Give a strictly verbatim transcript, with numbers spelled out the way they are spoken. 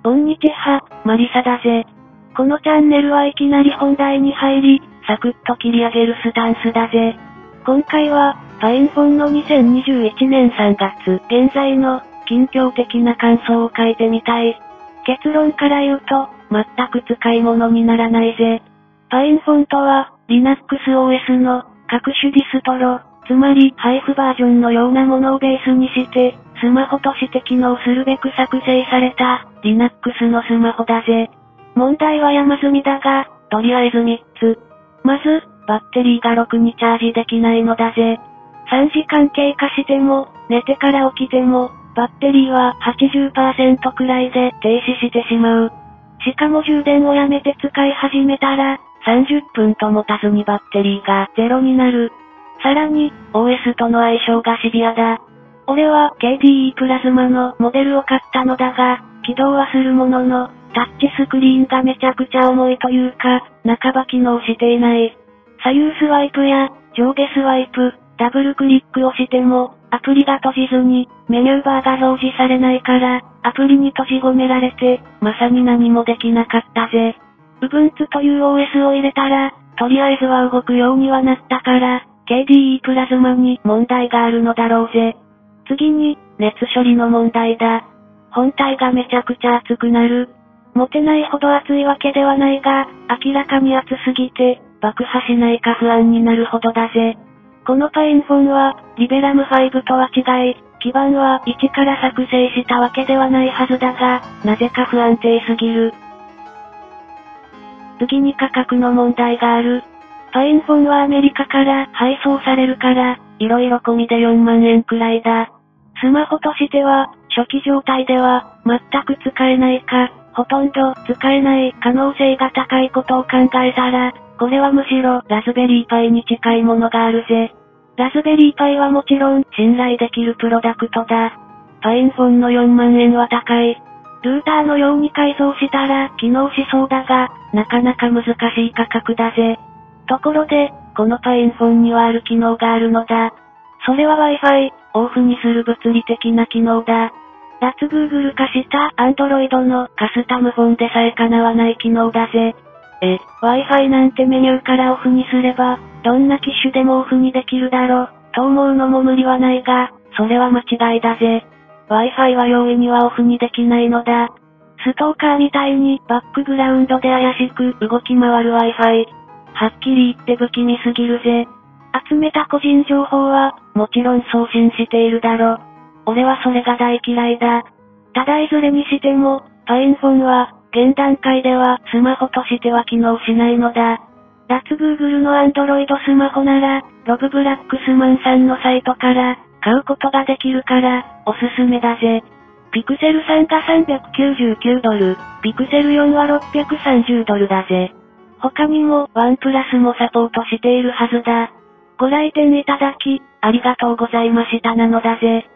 こんにちは、マリサだぜ。このチャンネルはいきなり本題に入り、サクッと切り上げるスタンスだぜ。今回は、パインフォンのにせんにじゅういちねんさんがつ現在の近況的な感想を書いてみたい。結論から言うと、全く使い物にならないぜ。パインフォンとは、Linux オーエス の各種ディストロ、つまり配布バージョンのようなものをベースにして、スマホとして機能するべく作成された、Linux のスマホだぜ。問題は山積みだが、とりあえずみっつ。まず、バッテリーがろくにチャージできないのだぜ。さんじかん経過しても、寝てから起きても、バッテリーは はちじゅっパーセント くらいで停止してしまう。しかも充電をやめて使い始めたら、さんじゅっぷんと持たずにバッテリーがゼロになる。さらに、オーエス との相性がシビアだ。俺は ケーディーイー プラズマのモデルを買ったのだが、起動はするものの、タッチスクリーンがめちゃくちゃ重いというか、半ば機能していない。左右スワイプや、上下スワイプ、ダブルクリックをしても、アプリが閉じずに、メニューバーが表示されないから、アプリに閉じ込められて、まさに何もできなかったぜ。Ubuntu という オーエス を入れたら、とりあえずは動くようにはなったから、ケーディーイー プラズマに問題があるのだろうぜ。次に、熱処理の問題だ。本体がめちゃくちゃ熱くなる。持てないほど熱いわけではないが、明らかに熱すぎて、爆破しないか不安になるほどだぜ。このパインフォンは、リベラムファイブとは違い、基板は一から作成したわけではないはずだが、なぜか不安定すぎる。次に価格の問題がある。パインフォンはアメリカから配送されるから、いろいろ込みでよんまんえんくらいだ。スマホとしては、初期状態では、全く使えないか、ほとんど使えない可能性が高いことを考えたら、これはむしろラズベリーパイに近いものがあるぜ。ラズベリーパイはもちろん信頼できるプロダクトだ。パインフォンのよんまんえんは高い。ルーターのように改造したら機能しそうだが、なかなか難しい価格だぜ。ところで、このパインフォンにはある機能があるのだ。それは Wi-Fi、オフにする物理的な機能だ。脱 Google 化した Android のカスタムフォンでさえ叶わない機能だぜ。え、Wi-Fi なんてメニューからオフにすれば、どんな機種でもオフにできるだろ、と思うのも無理はないが、それは間違いだぜ。Wi-Fi は容易にはオフにできないのだ。ストーカーみたいにバックグラウンドで怪しく動き回る Wi-Fi。はっきり言って不気味すぎるぜ。集めた個人情報は、もちろん送信しているだろ。俺はそれが大嫌いだ。ただいずれにしても、パインフォンは、現段階ではスマホとしては機能しないのだ。脱 Google の Android スマホなら、ロブブラックスマンさんのサイトから買うことができるから、おすすめだぜ。ピクセルスリーがさんびゃくきゅうじゅうきゅうドル、ピクセルフォーはろっぴゃくさんじゅうドルだぜ。他にもワンプラスもサポートしているはずだ。ご来店いただき、ありがとうございましたなのだぜ。